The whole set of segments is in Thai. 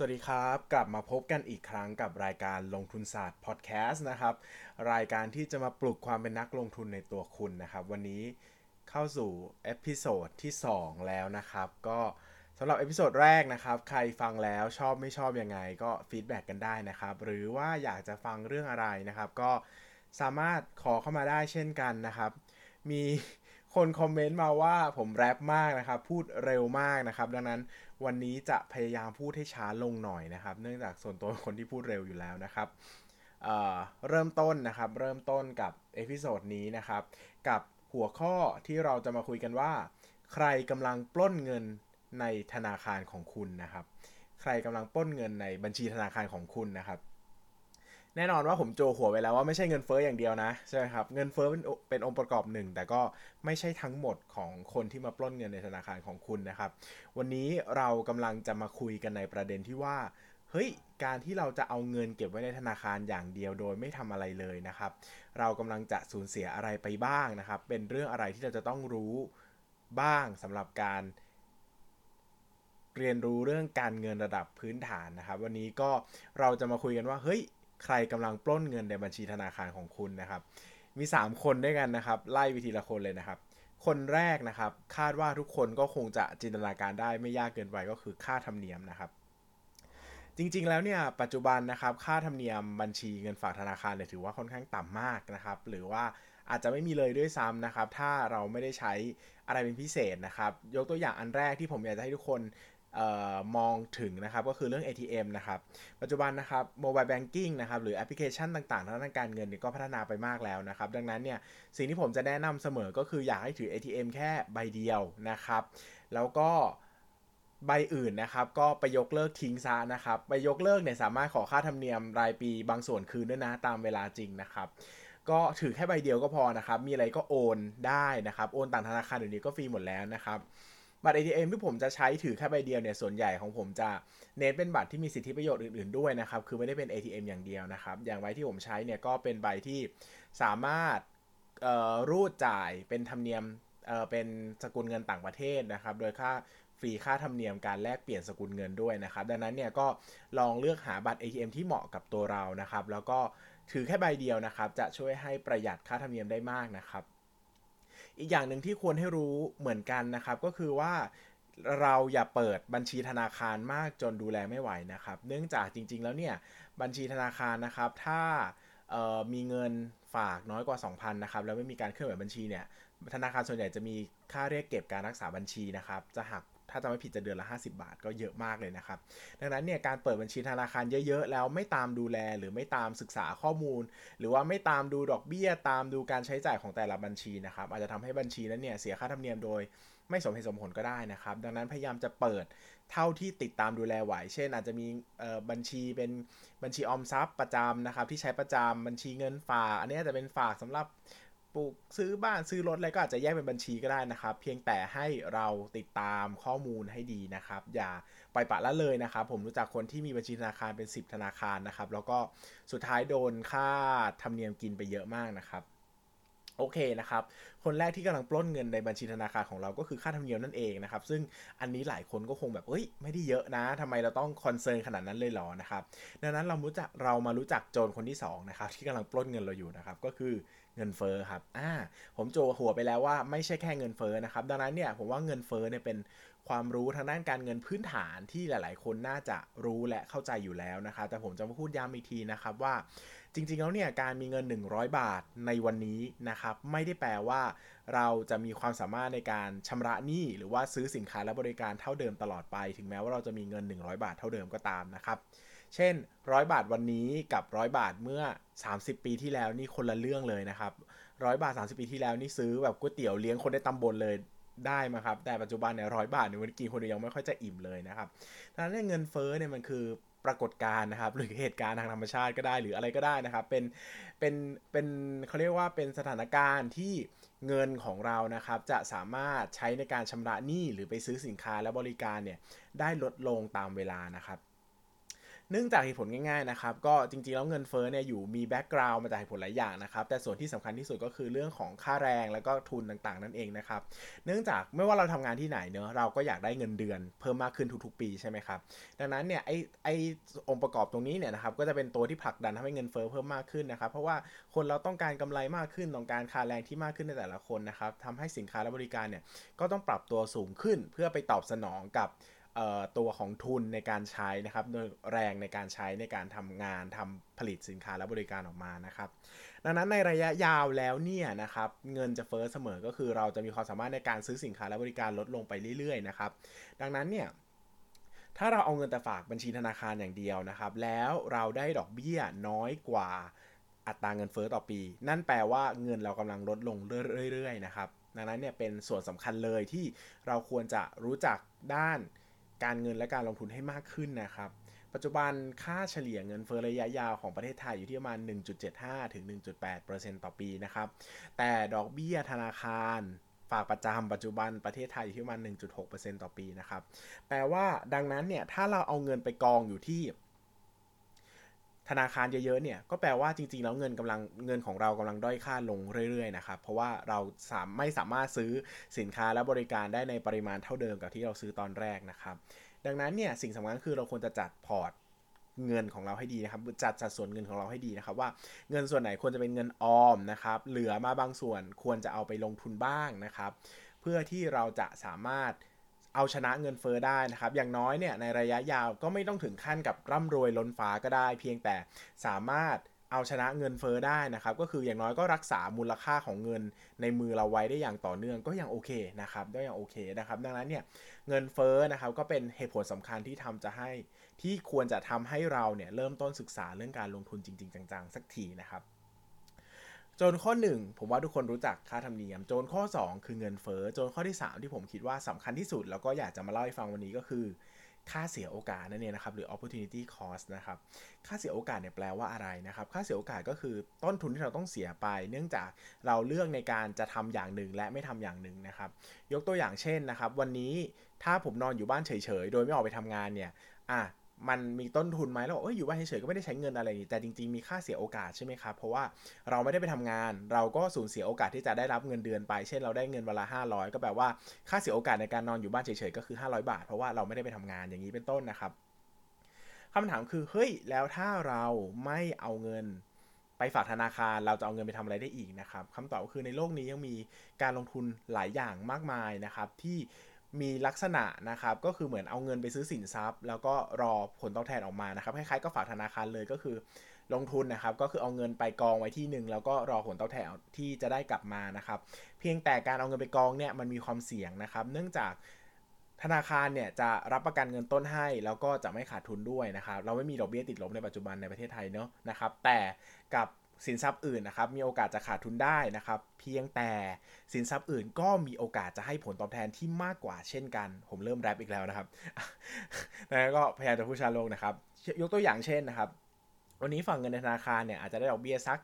วัสดีครับกลับมาพบกันอีกครั้งกับรายการลงทุนศาสตร์พอดแคสต์นะครับรายการที่จะมาปลุกความเป็นนักลงทุนในตัวคุณนะครับวันนี้เข้าสู่เอพิโซดที่2แล้วนะครับก็สำหรับเอพิโซดแรกนะครับใครฟังแล้วชอบไม่ชอบยังไงก็ฟีดแบ็กกันได้นะครับหรือว่าอยากจะฟังเรื่องอะไรนะครับก็สามารถขอเข้ามาได้เช่นกันนะครับมีคนคอมเมนต์มาว่าผมแรปมากนะครับพูดเร็วมากนะครับดังนั้นวันนี้จะพยายามพูดให้ช้าลงหน่อยนะครับเนื่องจากส่วนตัวเป็นคนที่พูดเร็วอยู่แล้วนะครับเอ่เริ่มต้นนะครับเริ่มต้นกับเอพิโซดนี้นะครับกับหัวข้อที่เราจะมาคุยกันว่าใครกำลังปล้นเงินในธนาคารของคุณนะครับใครกำลังปล้นเงินในบัญชีธนาคารของคุณนะครับ แน่นอนว่าผมโจหัวไว้แล้วว่าไม่ใช่เงินเฟ้ออย่างเดียวนะใช่ไหมครับเงินเฟ้อเป็นองค์ประกอบหนึ่งแต่ก็ไม่ใช่ทั้งหมดของคนที่มาปล้นเงินในธนาคารของคุณนะครับวันนี้เรากำลังจะมาคุยกันในประเด็นที่ว่าเฮ้ยการที่เราจะเอาเงินเก็บไว้ในธนาคารอย่างเดียวโดยไม่ทำอะไรเลยนะครับเรากำลังจะสูญเสียอะไรไปบ้างนะครับเป็นเรื่องอะไรที่เราจะต้องรู้บ้างสำหรับการเรียนรู้เรื่องการเงินระดับพื้นฐานนะครับวันนี้ก็เราจะมาคุยกันว่าเฮ้ยใครกำลังปล้นเงินในบัญชีธนาคารของคุณนะครับมี3คนด้วยกันนะครับไล่วิธีละคนเลยนะครับคนแรกนะครับคาดว่าทุกคนก็คงจะจินตนาการได้ไม่ยากเกินไปก็คือค่าธรรมเนียมนะครับจริงๆแล้วเนี่ยปัจจุบันนะครับค่าธรรมเนียมบัญชีเงินฝากธนาคารเนี่ยถือว่าค่อนข้างต่ำมากนะครับหรือว่าอาจจะไม่มีเลยด้วยซ้ำนะครับถ้าเราไม่ได้ใช้อะไรเป็นพิเศษนะครับยกตัวอย่างอันแรกที่ผมอยากจะให้ทุกคนมองถึงนะครับก็คือเรื่อง ATM นะครับปัจจุบันนะครับ Mobile Banking นะครับหรือแอปพลิเคชันต่างๆทางด้านการเงินก็พัฒนาไปมากแล้วนะครับดังนั้นเนี่ยสิ่งที่ผมจะแนะนำเสมอก็คืออยากให้ถือ ATM แค่ใบเดียวนะครับแล้วก็ใบอื่นนะครับก็ไปยกเลิกทิ้งซะนะครับไปยกเลิกเนี่ยสามารถขอค่าธรรมเนียมรายปีบางส่วนคืนด้วยนะตามเวลาจริงนะครับก็ถือแค่ใบเดียวก็พอนะครับมีอะไรก็โอนได้นะครับโอนต่างธนาคารเดี๋ยวนี้ก็ฟรีหมดแล้วนะครับบัตร ATM ที่ผมจะใช้ถือแค่ใบเดียวเนี่ยส่วนใหญ่ของผมจะเน้นเป็นบัตรที่มีสิทธิประโยชน์อื่นๆด้วยนะครับคือไม่ได้เป็น ATM อย่างเดียวนะครับอย่างใบที่ผมใช้เนี่ยก็เป็นใบที่สามารถรูดจ่ายเป็นธรรมเนียมเป็นสกุลเงินต่างประเทศนะครับโดยฟรีค่าธรรมเนียมการแลกเปลี่ยนสกุลเงินด้วยนะครับดังนั้นเนี่ยก็ลองเลือกหาบัตร ATM ที่เหมาะกับตัวเรานะครับแล้วก็ถือแค่ใบเดียวนะครับจะช่วยให้ประหยัดค่าธรรมเนียมได้มากนะครับอีกอย่างหนึ่งที่ควรให้รู้เหมือนกันนะครับก็คือว่าเราอย่าเปิดบัญชีธนาคารมากจนดูแลไม่ไหวนะครับเนื่องจากจริงๆแล้วเนี่ยบัญชีธนาคารนะครับถ้ามีเงินฝากน้อยกว่า 2,000 นะครับแล้วไม่มีการเคลื่อนไหวบัญชีเนี่ยธนาคารส่วนใหญ่จะมีค่าเรียกเก็บการรักษาบัญชีนะครับจะหักถ้าจำไม่ผิดจะเดือนละ50บาทก็เยอะมากเลยนะครับดังนั้นเนี่ยการเปิดบัญชีธนาคารเยอะๆแล้วไม่ตามดูแลหรือไม่ตามศึกษาข้อมูลหรือว่าไม่ตามดูดอกเบี้ยตามดูการใช้จ่ายของแต่ละบัญชีนะครับอาจจะทำให้บัญชีนั้นเนี่ยเสียค่าธรรมเนียมโดยไม่สมเหตุสมผลก็ได้นะครับดังนั้นพยายามจะเปิดเท่าที่ติดตามดูแลไหวเช่นอาจจะมีบัญชีเป็นบัญชีออมทรัพย์ประจำนะครับที่ใช้ประจำบัญชีเงินฝากอันนี้จะเป็นฝากสำหรับปลูกซื้อบ้านซื้อรถอะไรก็อาจจะแยกเป็นบัญชีก็ได้นะครับเพียงแต่ให้เราติดตามข้อมูลให้ดีนะครับอย่าปล่อยปละละเลยนะครับผมรู้จักคนที่มีบัญชีธนาคารเป็น10ธนาคารนะครับแล้วก็สุดท้ายโดนค่าธรรมเนียมกินไปเยอะมากนะครับโอเคนะครับคนแรกที่กำลังปล้นเงินในบัญชีธนาคารของเราก็คือค่าธรรมเนียมนั่นเองนะครับซึ่งอันนี้หลายคนก็คงแบบเอ้ยไม่ได้เยอะนะทำไมเราต้องคอนเซิร์นขนาดนั้นเลยหรอนะครับดังนั้นเรามารู้จักโจรคนที่2นะครับที่กำลังปล้นเงินเราอยู่นะครับก็คือเงินเฟ้อครับผมโจหัวไปแล้วว่าไม่ใช่แค่เงินเฟ้อนะครับดังนั้นเนี่ยผมว่าเงินเฟ้อเนี่ยเป็นความรู้ทางด้านการเงินพื้นฐานที่หลายๆคนน่าจะรู้และเข้าใจอยู่แล้วนะครับแต่ผมจะมาพูดย้ำอีกทีนะครับว่าจริงๆแล้วเนี่ยการมีเงิน100บาทในวันนี้นะครับไม่ได้แปลว่าเราจะมีความสามารถในการชำระหนี้หรือว่าซื้อสินค้าและบริการเท่าเดิมตลอดไปถึงแม้ว่าเราจะมีเงิน100บาทเท่าเดิมก็ตามนะครับเช่น100บาทวันนี้กับ100บาทเมื่อ30ปีที่แล้วนี่คนละเรื่องเลยนะครับ100บาท30ปีที่แล้วนี่ซื้อแบบก๋วยเตี๋ยวเลี้ยงคนได้ตำบลเลยได้มาครับแต่ปัจจุบันเนี่ย100 บาทเนี่ยวันกินคนเดียวยังไม่ค่อยจะอิ่มเลยนะครับดังนั้นเงินเฟ้อเนี่ยมันคือปรากฏการณ์นะครับหรือเหตุการณ์ทางธรรมชาติก็ได้หรืออะไรก็ได้นะครับเป็นเป็นเขาเรียกว่าเป็นสถานการณ์ที่เงินของเรานะครับจะสามารถใช้ในการชำระหนี้หรือไปซื้อสินค้าและบริการเนี่ยได้ลดลงตามเวลานะครับเนื่องจากเหตุผลง่ายๆนะครับก็จริงๆแล้วเงินเฟ้อเนี่ยอยู่มีแบ็กกราวด์มาจากเหตุผลหลายอย่างนะครับแต่ส่วนที่สำคัญที่สุดก็คือเรื่องของค่าแรงแล้วก็ทุนต่างๆนั่นเองนะครับเนื่องจากไม่ว่าเราทำงานที่ไหนเนอะเราก็อยากได้เงินเดือนเพิ่มมากขึ้นทุกๆปีใช่ไหมครับดังนั้นเนี่ยไอองค์ประกอบตรงนี้เนี่ยนะครับก็จะเป็นตัวที่ผลักดันทำให้เงินเฟ้อเพิ่มมากขึ้นนะครับเพราะว่าคนเราต้องการกำไรมากขึ้นต้องการค่าแรงที่มากขึ้นในแต่ละคนนะครับทำให้สินค้าและบริการเนี่ยก็ต้องปรับตัวสูงขึ้นเพื่อไปตอบสนองกับตัวของทุนในการใช้นะครับโดยแรงในการใช้ในการทำงานทำผลิตสินค้าและบริการออกมานะครับดังนั้นในระยะยาวแล้วเนี่ยนะครับเงินจะเฟ้อเสมอก็คือเราจะมีความสามารถในการซื้อสินค้าและบริการลดลงไปเรื่อยๆนะครับดังนั้นเนี่ยถ้าเราเอาเงินแต่ฝากบัญชีธนาคารอย่างเดียวนะครับแล้วเราได้ดอกเบี้ยน้อยกว่าอัตราเงินเฟ้อต่อปีนั่นแปลว่าเงินเรากำลังลดลงเรื่อยๆนะครับดังนั้นเนี่ยเป็นส่วนสำคัญเลยที่เราควรจะรู้จักด้านการเงินและการลงทุนให้มากขึ้นนะครับปัจจุบันค่าเฉลี่ยเงินเฟ้อระยะยาวของประเทศไทยอยู่ที่ประมาณ 1.75 ถึง 1.8% ต่อปีนะครับแต่ดอกเบี้ยธนาคารฝากประจำปัจจุบันประเทศไทยอยู่ที่ประมาณ 1.6% ต่อปีนะครับแปลว่าดังนั้นเนี่ยถ้าเราเอาเงินไปกองอยู่ที่ธนาคารเยอะๆเนี่ยก็แปลว่าจริงๆแล้วเงินของเรากำลังด้อยค่าลงเรื่อยๆนะครับเพราะว่าเราไม่สามารถซื้อสินค้าและบริการได้ในปริมาณเท่าเดิมกับที่เราซื้อตอนแรกนะครับดังนั้นเนี่ยสิ่งสำคัญคือเราควรจะจัดพอร์ตเงินของเราให้ดีนะครับจัดสัดส่วนเงินของเราให้ดีนะครับว่าเงินส่วนไหนควรจะเป็นเงินออมนะครับเหลือมาบางส่วนควรจะเอาไปลงทุนบ้างนะครับเพื่อที่เราจะสามารถเอาชนะเงินเฟ้อได้นะครับอย่างน้อยเนี่ยในระยะยาวก็ไม่ต้องถึงขั้นกับร่ำรวยล้นฟ้าก็ได้เพียงแต่สามารถเอาชนะเงินเฟ้อได้นะครับก็คืออย่างน้อยก็รักษามูลค่าของเงินในมือเราไว้ได้อย่างต่อเนื่องก็ยังโอเคนะครับได้อย่างโอเคนะครับดังนั้นเนี่ยเงินเฟ้อนะครับก็เป็นเหตุผลสำคัญที่ควรจะทำให้เราเนี่ยเริ่มต้นศึกษาเรื่องการลงทุนจริงๆจังๆสักทีนะครับโจทย์ข้อ1ผมว่าทุกคนรู้จักค่าธรรมเนียมโจทย์ข้อ2คือเงินเฟ้อโจทย์ข้อที่3ที่ผมคิดว่าสำคัญที่สุดแล้วก็อยากจะมาเล่าให้ฟังวันนี้ก็คือค่าเสียโอกาสนั่นเองนะครับหรือ opportunity cost นะครับค่าเสียโอกาสเนี่ยแปลว่าอะไรนะครับค่าเสียโอกาสก็คือต้นทุนที่เราต้องเสียไปเนื่องจากเราเลือกในการจะทำอย่างหนึ่งและไม่ทำอย่างหนึ่งนะครับยกตัวอย่างเช่นนะครับวันนี้ถ้าผมนอนอยู่บ้านเฉยๆโดยไม่ออกไปทำงานเนี่ยมันมีต้นทุนไหมแล้วอยู่บ้านเฉยๆก็ไม่ได้ใช้เงินอะไรนี่แต่จริงๆมีค่าเสียโอกาสใช่ไหมครับเพราะว่าเราไม่ได้ไปทำงานเราก็สูญเสียโอกาสที่จะได้รับเงินเดือนไปเช่นเราได้เงินวันละ500ก็แปลว่าค่าเสียโอกาสในการนอนอยู่บ้านเฉยๆก็คือ500 บาทเพราะว่าเราไม่ได้ไปทำงานอย่างนี้เป็นต้นนะครับคำถามคือเฮ้ยแล้วถ้าเราไม่เอาเงินไปฝากธนาคารเราจะเอาเงินไปทำอะไรได้อีกนะครับคำตอบก็คือในโลกนี้ยังมีการลงทุนหลายอย่างมากมายนะครับที่มีลักษณะนะครับก็คือเหมือนเอาเงินไปซื้อสินทรัพย์แล้วก็รอผลตอบแทนออกมานะครับคล้ายๆก็ฝากธนาคารเลยก็คือลงทุนนะครับก็คือเอาเงินไปกองไว้ที่หนึ่งแล้วก็รอผลตอบแทนที่จะได้กลับมานะครับเพียงแต่การเอาเงินไปกองเนี่ยมันมีความเสี่ยงนะครับเนื่องจากธนาคารเนี่ยจะรับประกันเงินต้นให้แล้วก็จะไม่ขาดทุนด้วยนะครับเราไม่มีดอกเบี้ยติดลบในปัจจุบันในประเทศไทยเนาะนะครับแต่กับสินทรัพย์อื่นนะครับมีโอกาสจะขาดทุนได้นะครับเพียงแต่สินทรัพย์อื่นก็มีโอกาสจะให้ผลตอบแทนที่มากกว่าเช่นกันผมเริ่มแรปอีกแล้วนะครับแล้วก็พยายามจะพูดช้าลงนะครับยกตัวอย่างเช่นนะครับวันนี้ฝั่งเงินในธนาคารเนี่ยอาจจะได้ดอกเบี้ยสัก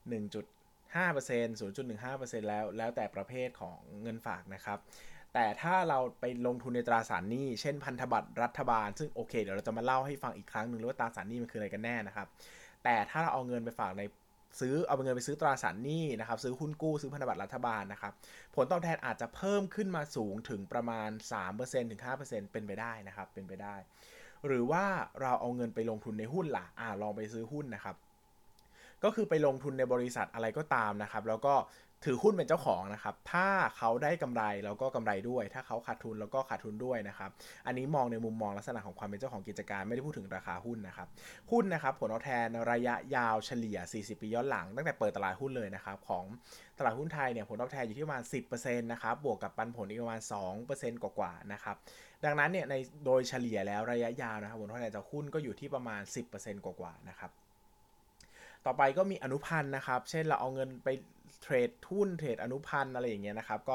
1.5% 0.15% แล้วแต่ประเภทของเงินฝากนะครับแต่ถ้าเราไปลงทุนในตราสารหนี้เช่นพันธบัตรรัฐบาลซึ่งโอเคเดี๋ยวเราจะมาเล่าให้ฟังอีกครั้งหนึ่งว่าตราสารหนี้มันคืออะไรกันแน่นะครับแต่ถ้าเราเอาเงินไปฝากในเอาเงินไปซื้อตราสารหนี้นะครับซื้อหุ้นกู้ซื้อพันธบัตรรัฐบาลนะครับผลตอบแทนอาจจะเพิ่มขึ้นมาสูงถึงประมาณ 3% ถึง 5% เป็นไปได้นะครับเป็นไปได้หรือว่าเราเอาเงินไปลงทุนในหุ้นล่ะลองไปซื้อหุ้นนะครับก็คือไปลงทุนในบริษัทอะไรก็ตามนะครับแล้วก็ถือหุ้นเป็นเจ้าของนะครับถ้าเขาได้กำไรเราก็กำไรด้วยถ้าเขาขาดทุนเราก็ขาดทุนด้วยนะครับอันนี้มองในมุมมองลักษณะของความเป็นเจ้าของกิจการไม่ได้พูดถึงราคาหุ้นนะครับหุ้นนะครับผลตอบแทนระยะยาวเฉลี่ย40 ปีย้อนหลังตั้งแต่เปิดตลาดหุ้นเลยนะครับของตลาดหุ้นไทยเนี่ยผลตอบแทนอยู่ที่ประมาณ 10% นะครับบวกกับปันผลอีกประมาณ 2% กว่าๆนะครับดังนั้นเนี่ยโดยเฉลี่ยแล้วระยะยาวนะครับผลตอบแทนจากหุ้นก็อยู่ที่ประมาณ 10% กว่าๆนะครับต่อไปก็มีอนุพันธ์นะครับเช่นเราเอาเงินไปเทรดหุ้นเทรดอนุพันธ์อะไรอย่างเงี้ยนะครับก็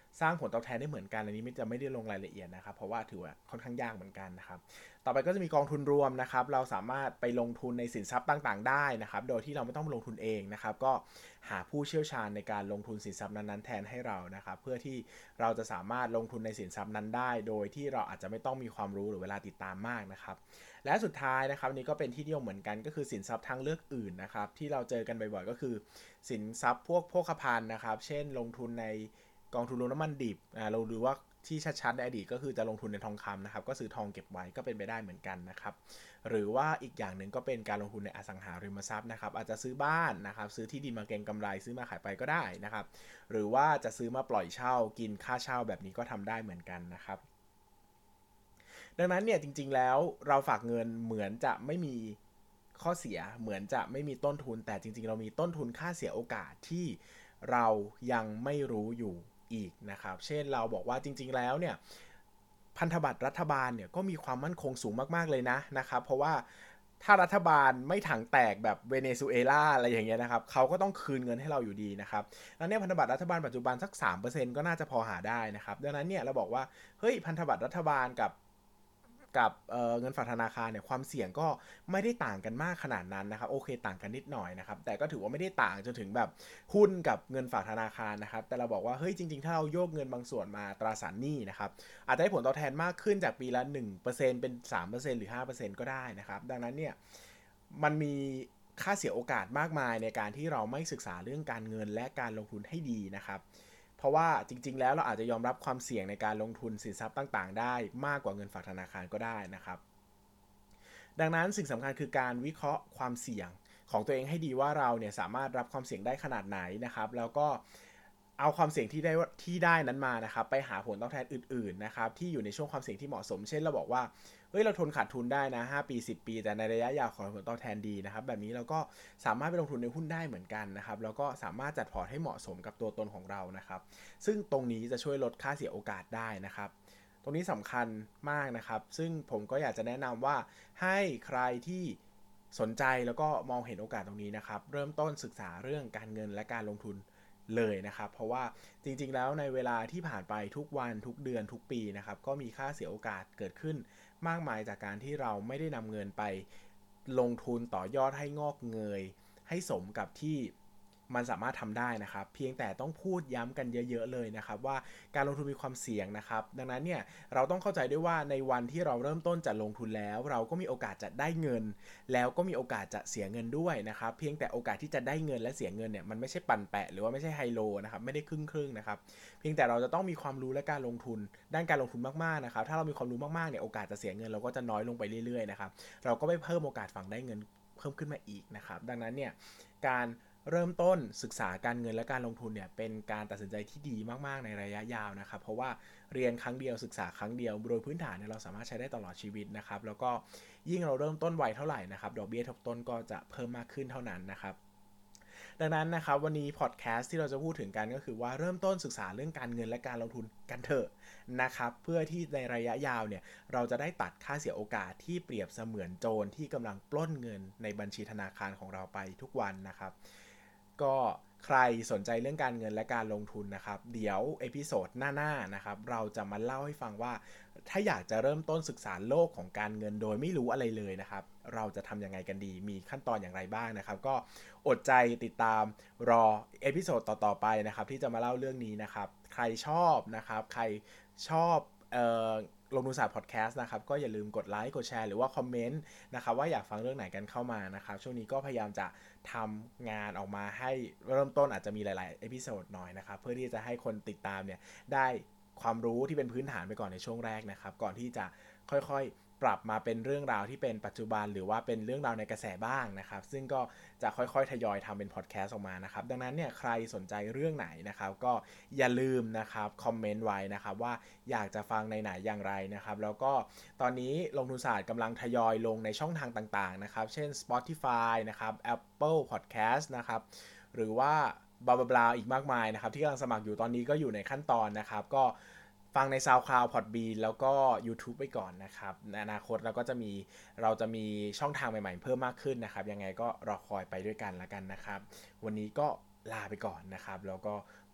สร้างผลตอบแทนได้เหมือนกันอันนี้จะไม่ได้ลงรายละเอียดนะครับเพราะว่าถือว่าค่อนข้างยากเหมือนกันนะครับต่อไปก็จะมีกองทุนรวมนะครับเราสามารถไปลงทุนในสินทรัพย์ต่างๆได้นะครับโดยที่เราไม่ต้องลงทุนเองนะครับก็หาผู้เชี่ยวชาญในการลงทุนสินทรัพย์นั้นๆแทนให้เรานะครับเพื่อที่เราจะสามารถลงทุนในสินทรัพย์นั้นได้โดยที่เราอาจจะไม่ต้องมีความรู้หรือเวลาติดตามมากนะครับและสุดท้ายนะครับนี่ก็เป็นที่นิยมเหมือนกันก็คือสินทรัพย์ทางเลือกอื่นนะครับที่เราเจอกันบ่อยๆก็คือสินทรัพย์พวกโภคภัณฑ์นะครับเช่นลงทุนในกองทุนรวมน้ำมันดิบเราดูว่าที่ชัดๆในอดีตก็คือจะลงทุนในทองคำนะครับก็ซื้อทองเก็บไว้ก็เป็นไปได้เหมือนกันนะครับหรือว่าอีกอย่างหนึ่งก็เป็นการลงทุนในอสังหาริมทรัพย์นะครับอาจจะซื้อบ้านนะครับซื้อที่ดินมาเก็งกำไรซื้อมาขายไปก็ได้นะครับหรือว่าจะซื้อมาปล่อยเช่ากินค่าเช่าแบบนี้ก็ทำได้เหมือนกันนะครับดังนั้นเนี่ยจริงๆแล้วเราฝากเงินเหมือนจะไม่มีข้อเสียเหมือนจะไม่มีต้นทุนแต่จริงๆเรามีต้นทุนค่าเสียโอกาสที่เรายังไม่รู้อยู่อีกนะครับเช่นเราบอกว่าจริงๆแล้วเนี่ยพันธบัตรรัฐบาลเนี่ยก็มีความมั่นคงสูงมากๆเลยนะครับเพราะว่าถ้ารัฐบาลไม่ถังแตกแบบเวเนซุเอลาอะไรอย่างเงี้ยนะครับเขาก็ต้องคืนเงินให้เราอยู่ดีนะครับแล้วเนี่ยพันธบัตรรัฐบาลปัจจุบันสัก 3% ก็น่าจะพอหาได้นะครับดังนั้นเนี่ยเราบอกว่าเฮ้ยพันธบัตรรัฐบาลกับเงินฝากธนาคารเนี่ยความเสี่ยงก็ไม่ได้ต่างกันมากขนาดนั้นนะครับโอเคต่างกันนิดหน่อยนะครับแต่ก็ถือว่าไม่ได้ต่างจนถึงแบบหุ้นกับเงินฝากธนาคารนะครับแต่เราบอกว่าเฮ้ยจริงๆถ้าเราโยกเงินบางส่วนมาตราสารหนี้นะครับอาจจะให้ผลตอบแทนมากขึ้นจากปีละ 1% เป็น 3% หรือ 5% ก็ได้นะครับดังนั้นเนี่ยมันมีค่าเสียโอกาสมากมายในการที่เราไม่ศึกษาเรื่องการเงินและการลงทุนให้ดีนะครับเพราะว่าจริงๆแล้วเราอาจจะยอมรับความเสี่ยงในการลงทุนสินทรัพย์ต่างๆได้มากกว่าเงินฝากธนาคารก็ได้นะครับดังนั้นสิ่งสำคัญคือการวิเคราะห์ความเสี่ยงของตัวเองให้ดีว่าเราเนี่ยสามารถรับความเสี่ยงได้ขนาดไหนนะครับแล้วก็เอาความเสี่ยงที่ได้นั้นมานะครับไปหาผลตอบแทนอื่นๆนะครับที่อยู่ในช่วงความเสี่ยงที่เหมาะสมเช่นเราบอกว่าเฮ้ยเราทนขาดทุนได้นะ5 ปี10 ปีแต่ในระยะยาวขอผลตอบแทนดีนะครับแบบนี้เราก็สามารถไปลงทุนในหุ้นได้เหมือนกันนะครับแล้วก็สามารถจัดพอร์ตให้เหมาะสมกับตัวตนของเรานะครับซึ่งตรงนี้จะช่วยลดค่าเสียโอกาสได้นะครับตรงนี้สำคัญมากนะครับซึ่งผมก็อยากจะแนะนำว่าให้ใครที่สนใจแล้วก็มองเห็นโอกาสตรงนี้นะครับเริ่มต้นศึกษาเรื่องการเงินและการลงทุนเลยนะครับเพราะว่าจริงๆแล้วในเวลาที่ผ่านไปทุกวันทุกเดือนทุกปีนะครับก็มีค่าเสียโอกาสเกิดขึ้นมากมายจากการที่เราไม่ได้นำเงินไปลงทุนต่อยอดให้งอกเงยให้สมกับที่มันสามารถทำได้นะครับเพียงแต่ต้องพูดย้ำกันเยอะๆเลยนะครับว่าการลงทุนมีความเสี่ยงนะครับดังนั้นเนี่ยเราต้องเข้าใจด้วยว่าในวันที่เราเริ่มต้นจะลงทุนแล้วเราก็มีโอกาสจะได้เงินแล้วก็มีโอกาสจะเสียเงินด้วยนะครับเพียงแต่โอกาสที่จะได้เงินและเสียเงินเนี่ยมันไม่ใช่ปั่นแปะหรือว่าไม่ใช่ไฮโลนะครับไม่ได้ครึ่งนะครับเพียงแต่เราจะต้องมีความรู้และการลงทุนด้านการลงทุนมากๆนะครับถ้าเรามีความรู้มากๆเนี่ยโอกาสจะเสียเงินเราก็จะน้อยลงไปเรื่อยๆนะครับเราก็ไม่เพิ่มโอกาสฝั่งได้เงินเพิ่มขึ้นมาอีกนะครับดังนั้นเนี่ยการเริ่มต้นศึกษาการเงินและการลงทุนเนี่ยเป็นการตัดสินใจที่ดีมากๆในระยะยาวนะครับเพราะว่าเรียนครั้งเดียวศึกษาครั้งเดียวโดยพื้นฐานเนี่ยเราสามารถใช้ได้ตลอดชีวิตนะครับแล้วก็ยิ่งเราเริ่มต้นไวเท่าไหร่นะครับดอกเบี้ยทบต้นก็จะเพิ่มมากขึ้นเท่านั้นนะครับดังนั้นนะครับวันนี้พอดแคสต์ที่เราจะพูดถึงกันก็คือว่าเริ่มต้นศึกษาเรื่องการเงินและการลงทุนกันเถอะนะครับเพื่อที่ในระยะยาวเนี่ยเราจะได้ตัดค่าเสียโอกาสที่เปรียบเสมือนโจรที่กำลังปล้นเงินในบัญชีธนาคารของเราไปทุกวันนะครับ ก็ใครสนใจเรื่องการเงินและการลงทุนนะครับเดี๋ยวเอพิโซดหน้าๆนะครับเราจะมาเล่าให้ฟังว่าถ้าอยากจะเริ่มต้นศึกษาโลกของการเงินโดยไม่รู้อะไรเลยนะครับเราจะทำยังไงกันดีมีขั้นตอนอย่างไรบ้างนะครับก็อดใจติดตามรอเอพิโซดต่อๆไปนะครับที่จะมาเล่าเรื่องนี้นะครับใครชอบนะครับใครชอบลงทุนศาสตร์พอดแคสต์นะครับก็อย่าลืมกดไลค์กดแชร์หรือว่าคอมเมนต์นะครับว่าอยากฟังเรื่องไหนกันเข้ามานะครับช่วงนี้ก็พยายามจะทำงานออกมาให้เริ่มต้นอาจจะมีหลายๆเอพิโซดหน่อยนะครับเพื่อที่จะให้คนติดตามเนี่ยได้ความรู้ที่เป็นพื้นฐานไปก่อนในช่วงแรกนะครับก่อนที่จะค่อยๆปรับมาเป็นเรื่องราวที่เป็นปัจจุบันหรือว่าเป็นเรื่องราวในกระแสบ้างนะครับซึ่งก็จะค่อยๆทยอยทำเป็นพอดแคสต์ออกมานะครับดังนั้นเนี่ยใครสนใจเรื่องไหนนะครับก็อย่าลืมนะครับคอมเมนต์ไว้นะครับว่าอยากจะฟังในไหนอย่างไรนะครับแล้วก็ตอนนี้ลงทุนศาสตร์กำลังทยอยลงในช่องทางต่างๆนะครับเช่น Spotify นะครับ Apple Podcast นะครับหรือว่าบลาบลาอีกมากมายนะครับที่กำลังสมัครอยู่ตอนนี้ก็อยู่ในขั้นตอนนะครับก็ฟังใน SoundCloud Podbean แล้วก็ YouTube ไปก่อนนะครับในอนาคตเราจะมีช่องทางใหม่ๆเพิ่มมากขึ้นนะครับยังไงก็รอคอยไปด้วยกันละกันนะครับวันนี้ก็ลาไปก่อนนะครับแล้วก็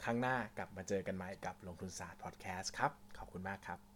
ครั้งหน้ากลับมาเจอกันใหม่กับลงทุนศาสตร์พอดแคสต์ครับขอบคุณมากครับ